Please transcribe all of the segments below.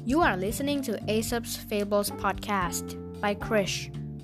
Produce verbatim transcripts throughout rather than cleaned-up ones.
You are listening to Aesop's Fables podcast by Krish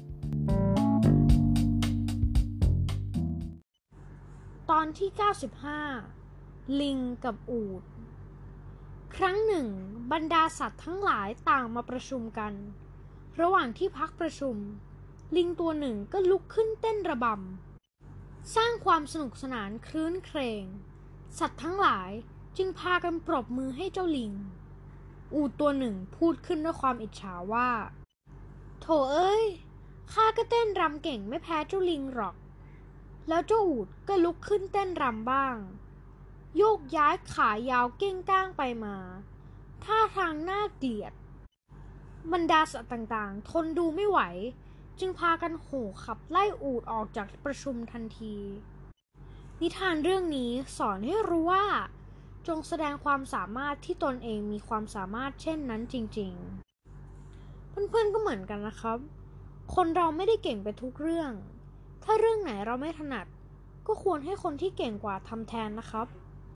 ตอนที่เก้าสิบห้าลิงกับอูฐครั้งหนึ่งบรรดาสัตว์ทั้งหลายต่างมาประชุมกันระหว่างที่พักประชุมลิงตัวหนึ่งก็ลุกขึ้นเต้นระบำสร้างความสนุกสนานครื้นเครงสัตว์ทั้งหลายจึงพากันปรบมือให้เจ้าลิงอูฐตัวหนึ่งพูดขึ้นด้วยความอิจฉาว่าโถเอ้ยข้าก็เต้นรำเก่งไม่แพ้เจ้าลิงหรอกแล้วเจ้าอูฐก็ลุกขึ้นเต้นรำบ้างโยกย้ายขายาวเก้งก้างไปมาท่าทางน่าเกลียดบรรดาสัตว์ต่างๆทนดูไม่ไหวจึงพากันโห่ขับไล่อูฐออกจากประชุมทันทีนิทานเรื่องนี้สอนให้รู้ว่าจงแสดงความสามารถที่ตนเองมีความสามารถเช่นนั้นจริงๆเพื่อนๆก็เหมือนกันนะครับคนเราไม่ได้เก่งไปทุกเรื่องถ้าเรื่องไหนเราไม่ถนัดก็ควรให้คนที่เก่งกว่าทำแทนนะครับ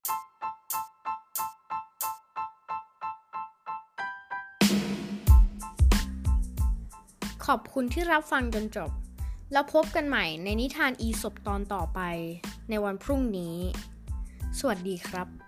ขอบคุณที่รับฟังจนจบแล้วพบกันใหม่ในนิทานอีสปตอนต่อไปในวันพรุ่งนี้สวัสดีครับ